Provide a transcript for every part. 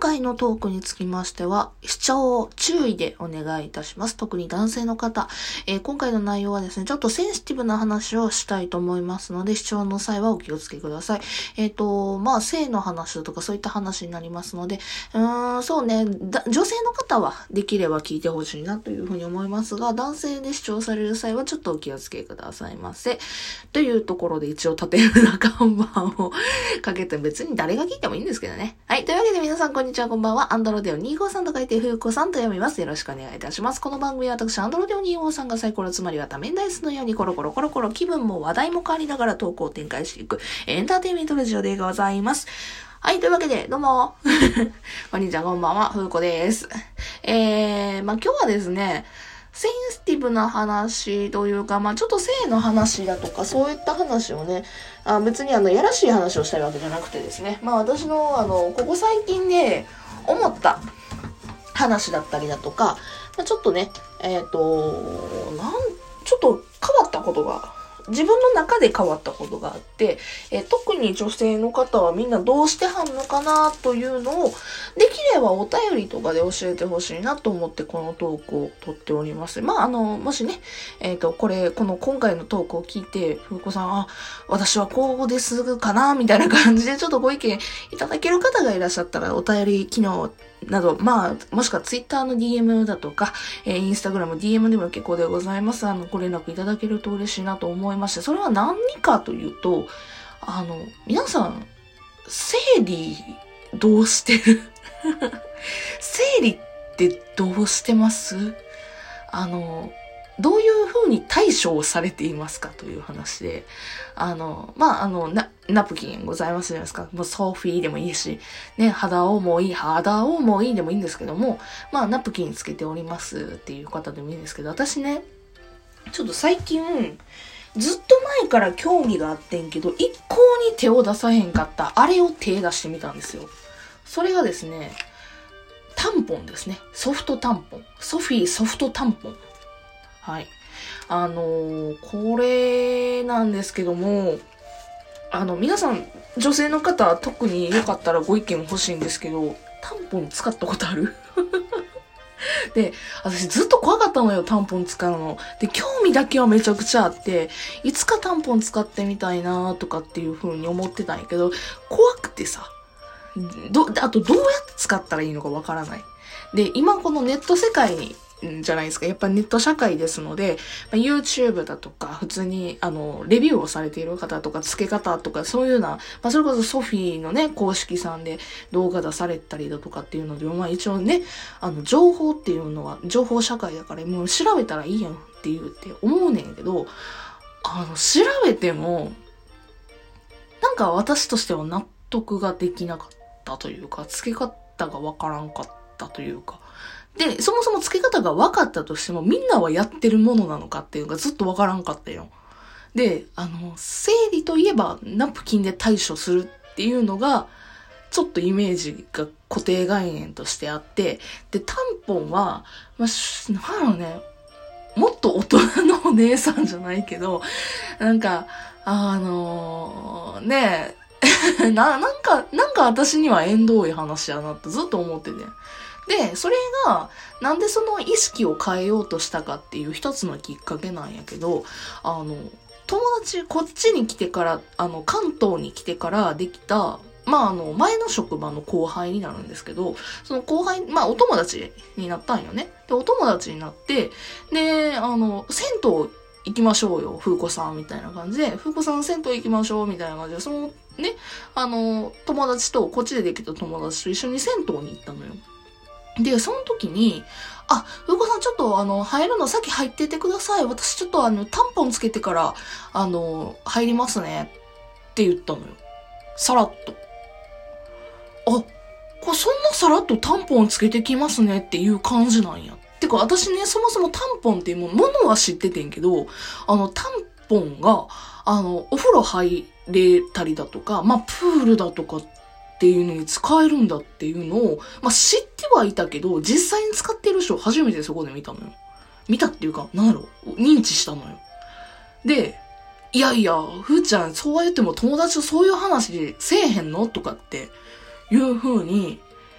回のトークにつきましては、視聴注意でお願いいたします。特に男性の方。今回の内容はですね、ちょっとセンシティブな話をしたいと思いますので、視聴の際はお気をつけください。性の話だとかそういった話になりますので、そうね、女性の方はできれば聞いてほしいなというふうに思いますが、男性で視聴される際はちょっとお気をつけくださいませ。というところで一応縦裏看板をかけて別に誰が聞いてもいいんですけどね。はい。というわけで皆さんこんにちは、こんばんは。アンドロデオ253と書いて、ふうこさんと読みます。よろしくお願いいたします。この番組は私、アンドロデオ253がサイコロつまりは多面ダイスのようにコロコロコロコロ気分も話題も変わりながら投稿を展開していくエンターテインメントラジオでございます。はい。というわけで、どうも。こんにちは、こんばんは。ふうこです。今日はですね、センシティブな話というか、ちょっと性の話だとか、そういった話をね、別にやらしい話をしたいわけじゃなくてですね、私のここ最近で思った話だったりだとか、ちょっとね、ちょっと変わったことが、自分の中で変わったことがあって、特に女性の方はみんなどうしてはんのかなというのを、できればお便りとかで教えてほしいなと思ってこのトークを撮っております。もしね、今回のトークを聞いて、ふうこさん、私はこうですかなみたいな感じでちょっとご意見いただける方がいらっしゃったら、お便り機能など、もしくはツイッターの DM だとか、インスタグラム DM でも結構でございます。ご連絡いただけると嬉しいなと思いまして、それは何かというと、皆さん、生理、どうしてる生理ってどうしてますどういう風に対処をされていますかという話で、ナプキンございますじゃないですか。もうソフィーでもいいし、ね、肌をもいいでもいいんですけども、ナプキンつけておりますっていう方でもいいんですけど、私ね、ちょっと最近、ずっと前から興味があってんけど、一向に手を出さへんかった、あれを手出してみたんですよ。それがですね、タンポンですね。ソフトタンポン。ソフィーソフトタンポン。はい。これなんですけども、皆さん、女性の方、特によかったらご意見欲しいんですけど、タンポン使ったことあるで、私ずっと怖かったのよ、タンポン使うの。で、興味だけはめちゃくちゃあって、いつかタンポン使ってみたいなとかっていう風に思ってたんやけど、怖くてさ、あとどうやって使ったらいいのかわからない。で、今このネット世界に、じゃないですか。やっぱネット社会ですので、YouTube だとか、普通に、レビューをされている方とか、付け方とか、そういうような、それこそソフィーのね、公式さんで動画出されたりだとかっていうので、一応ね、情報っていうのは、情報社会だから、もう調べたらいいやんって言って思うねんけど、調べても、なんか私としては納得ができなかったというか、付け方がわからんかったというか、で、そもそも付け方が分かったとしても、みんなはやってるものなのかっていうのがずっと分からんかったよ。で、生理といえばナプキンで対処するっていうのが、ちょっとイメージが固定概念としてあって、で、タンポンは、もっと大人のお姉さんじゃないけど、なんか私には縁遠い話やなってずっと思ってて。で、それが、なんでその意識を変えようとしたかっていう一つのきっかけなんやけど、友達、こっちに来てから、関東に来てからできた、前の職場の後輩になるんですけど、その後輩、お友達になったんよね。で、お友達になって、で、銭湯行きましょうよ、風子さん、みたいな感じで、風子さん銭湯行きましょう、みたいな感じで、そのね、友達と、こっちでできた友達と一緒に銭湯に行ったのよ。で、その時に、風子さんちょっと入るの先入っててください。私ちょっとタンポンつけてから、入りますね。って言ったのよ。さらっと。これそんなさらっとタンポンつけてきますねっていう感じなんや。てか私ね、そもそもタンポンっていうものは知っててんけど、タンポンが、お風呂入れたりだとか、プールだとかっていうのに使えるんだっていうのを、知ってはいたけど、実際に使ってる人を初めてそこで見たのよ。見たっていうか、認知したのよ。で、いやいや、ふーちゃん、そう言っても友達とそういう話せえへんのとかっていう風に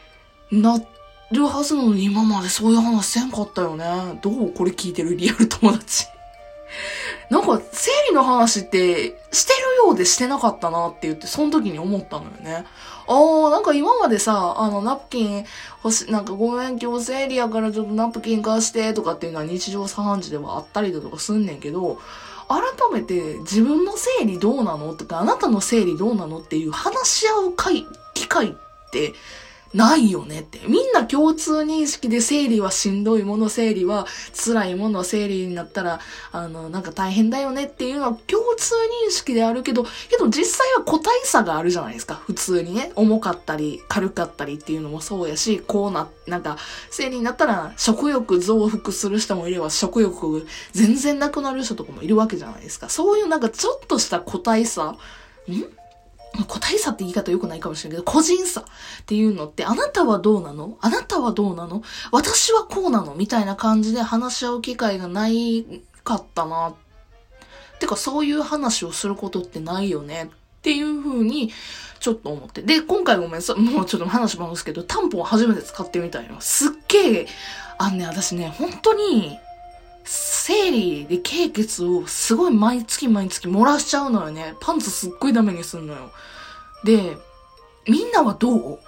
なるはずなのに今までそういう話せんかったよね。どうこれ聞いてるリアル友達。なんか、生理の話ってしてるようでしてなかったなって言って、その時に思ったのよね。なんか今までさ、ナプキンなんかごめん今日生理やからちょっとナプキン貸してとかっていうのは日常茶飯事ではあったりだとかすんねんけど、改めて自分の生理どうなのとか、あなたの生理どうなのっていう話し合う機会ってないよねって。みんな共通認識で生理はしんどいもの、生理は辛いもの、生理になったら、なんか大変だよねっていうのは共通認識であるけど実際は個体差があるじゃないですか。普通にね、重かったり、軽かったりっていうのもそうやし、なんか、生理になったら食欲増幅する人もいれば、食欲全然なくなる人とかもいるわけじゃないですか。そういうなんかちょっとした個体差、個体差って言い方良くないかもしれないけど、個人差っていうのって、あなたはどうなの？あなたはどうなの？私はこうなの？みたいな感じで話し合う機会がないかったな。てか、そういう話をすることってないよねっていう風に、ちょっと思って。で、今回ごめん、もうちょっと話もあるんですけど、タンポンを初めて使ってみたいよ。すっげえ、私ね、本当に、生理で経血をすごい毎月漏らしちゃうのよね。パンツすっごいダメにすんのよ。で、みんなはどう？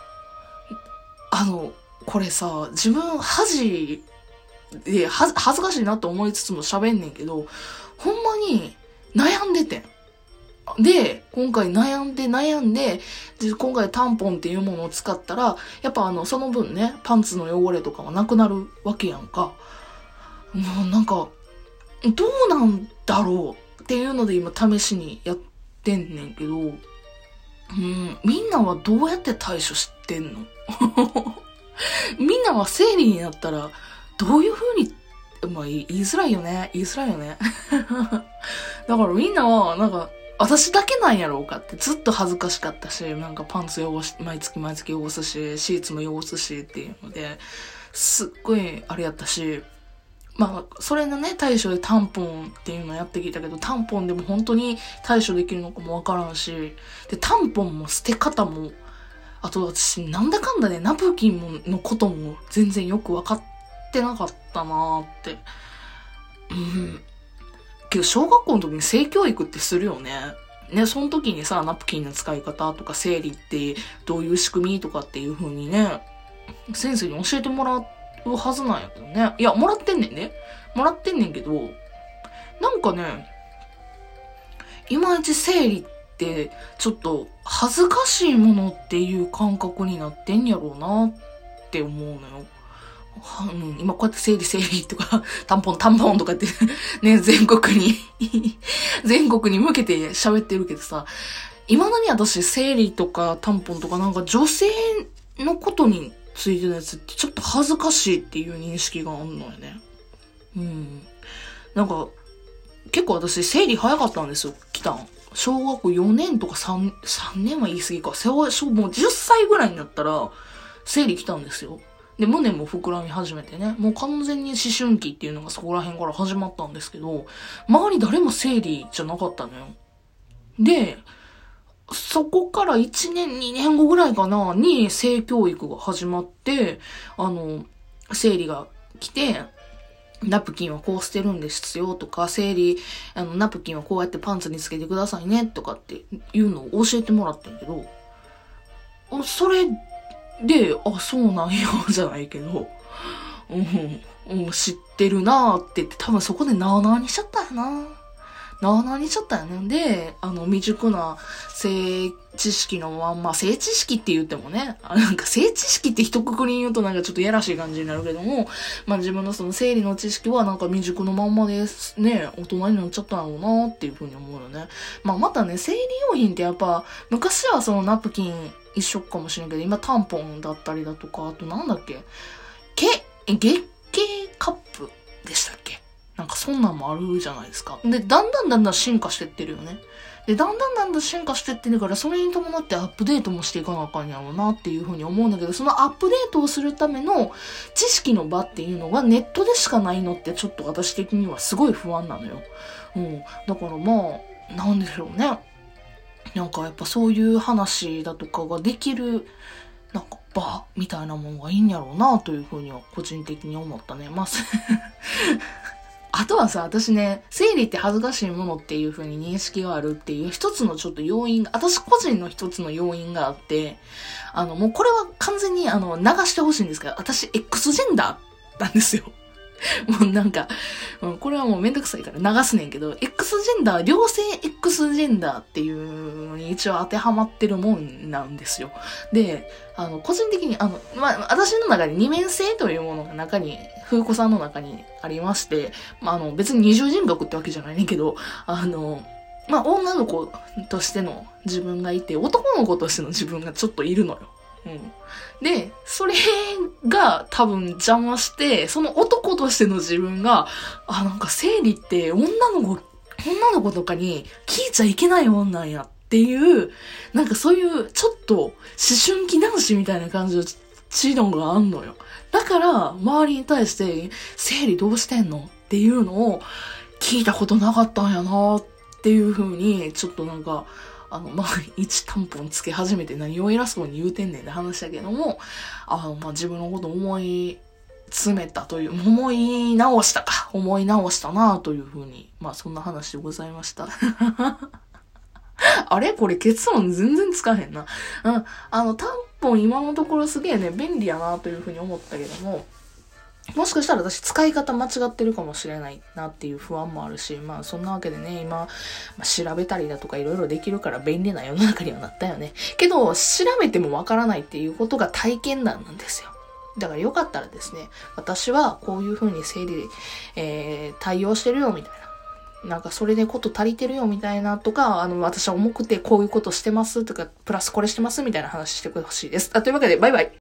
これさ、自分恥で恥ずかしいなと思いつつも喋んねんけど、ほんまに悩んでてん。で、今回悩んで、今回タンポンっていうものを使ったら、やっぱその分ね、パンツの汚れとかはなくなるわけやんか。もうなんか、どうなんだろうっていうので今試しにやってんねんけど、みんなはどうやって対処してんの？みんなは生理になったら、どういう風に、まあ言いづらいよね。だからみんなは、なんか、私だけなんやろうかってずっと恥ずかしかったし、なんかパンツ毎月汚すし、シーツも汚すしっていうので、すっごいあれやったし、まあ、それのね、対処でタンポンっていうのをやってきたけど、タンポンでも本当に対処できるのかもわからんし、で、タンポンも捨て方も、あと私、なんだかんだね、ナプキンのことも全然よくわかってなかったなーって。けど、小学校の時に性教育ってするよね。ね、その時にさ、ナプキンの使い方とか、生理ってどういう仕組みとかっていう風にね、先生に教えてもらうはずなんやけどね。いや、もらってんねんけど、なんかね、いまいち生理ってちょっと恥ずかしいものっていう感覚になってんやろうなって思うのよ。今こうやって生理とか、タンポンとかってね、全国に向けて喋ってるけどさ、未だに私生理とかタンポンとかなんか女性のことについてるやつってちょっと恥ずかしいっていう認識があんのよね。なんか、結構私生理早かったんですよ、来たん。小学校4年とか3年は言い過ぎか。もう10歳ぐらいになったら、生理来たんですよ。で、胸も膨らみ始めてね。もう完全に思春期っていうのがそこら辺から始まったんですけど、周り誰も生理じゃなかったのよ。で、そこから1年、2年後ぐらいかな、に性教育が始まって、生理が来て、ナプキンはこう捨てるんですよとか、ナプキンはこうやってパンツにつけてくださいねとかっていうのを教えてもらったんやけど、それで、そうなんや、じゃないけど、知ってるなーって言って、多分そこでなーなーにしちゃったよな。で、未熟な性知識のまんま、性知識って言ってもね、なんか性知識って一括りに言うとなんかちょっとやらしい感じになるけども、まあ自分のその生理の知識はなんか未熟のまんまですね、大人になっちゃったんだろうなっていうふうに思うよね。まあまたね、生理用品ってやっぱ、昔はそのナプキン一緒かもしれんけど、今タンポンだったりだとか、あとなんだっけ、月経カップでしたっけ？なんかそんなんもあるじゃないですか。で、だんだん進化してってるよね。で、だんだん進化してってるから、それに伴ってアップデートもしていかなあかんやろうなっていうふうに思うんだけど、そのアップデートをするための知識の場っていうのがネットでしかないのってちょっと私的にはすごい不安なのよ。だからまあ、なんでしょうね。なんかやっぱそういう話だとかができる、なんか場みみたいなものがいいんやろうなというふうには個人的に思ったね。まあ、あとはさ、私ね、生理って恥ずかしいものっていう風に認識があるっていう一つのちょっと要因が、私個人の一つの要因があって、もうこれは完全に流してほしいんですけど、私 X ジェンダーなんですよ。もうなんか、これはもうめんどくさいから流すねんけど、X ジェンダー、両性 X ジェンダーっていうのに一応当てはまってるもんなんですよ。で、個人的に、私の中で二面性というものが風子さんの中にありまして、別に二重人格ってわけじゃないねんけど、女の子としての自分がいて、男の子としての自分がちょっといるのよ。で、それが多分邪魔して、その男としての自分が、なんか生理って女の子とかに聞いちゃいけないもんなんやっていう、なんかそういうちょっと思春期男子みたいな感じの知能があんのよ。だから、周りに対して、生理どうしてんのっていうのを聞いたことなかったんやなっていう風に、ちょっとなんか、一タンポンつけ始めて何を偉そうに言うてんねんって話だけども、自分のこと思い直したなというふうに、そんな話でございました。あれこれ結論全然つかへんな。タンポン今のところすげえね、便利やなというふうに思ったけども、もしかしたら私使い方間違ってるかもしれないなっていう不安もあるし、そんなわけでね、今、調べたりだとかいろいろできるから便利な世の中にはなったよね。けど、調べてもわからないっていうことが体験談なんですよ。だからよかったらですね、私はこういう風に生理、対応してるよみたいな。なんかそれでこと足りてるよみたいなとか、私は重くてこういうことしてますとか、プラスこれしてますみたいな話してほしいです。というわけで、バイバイ。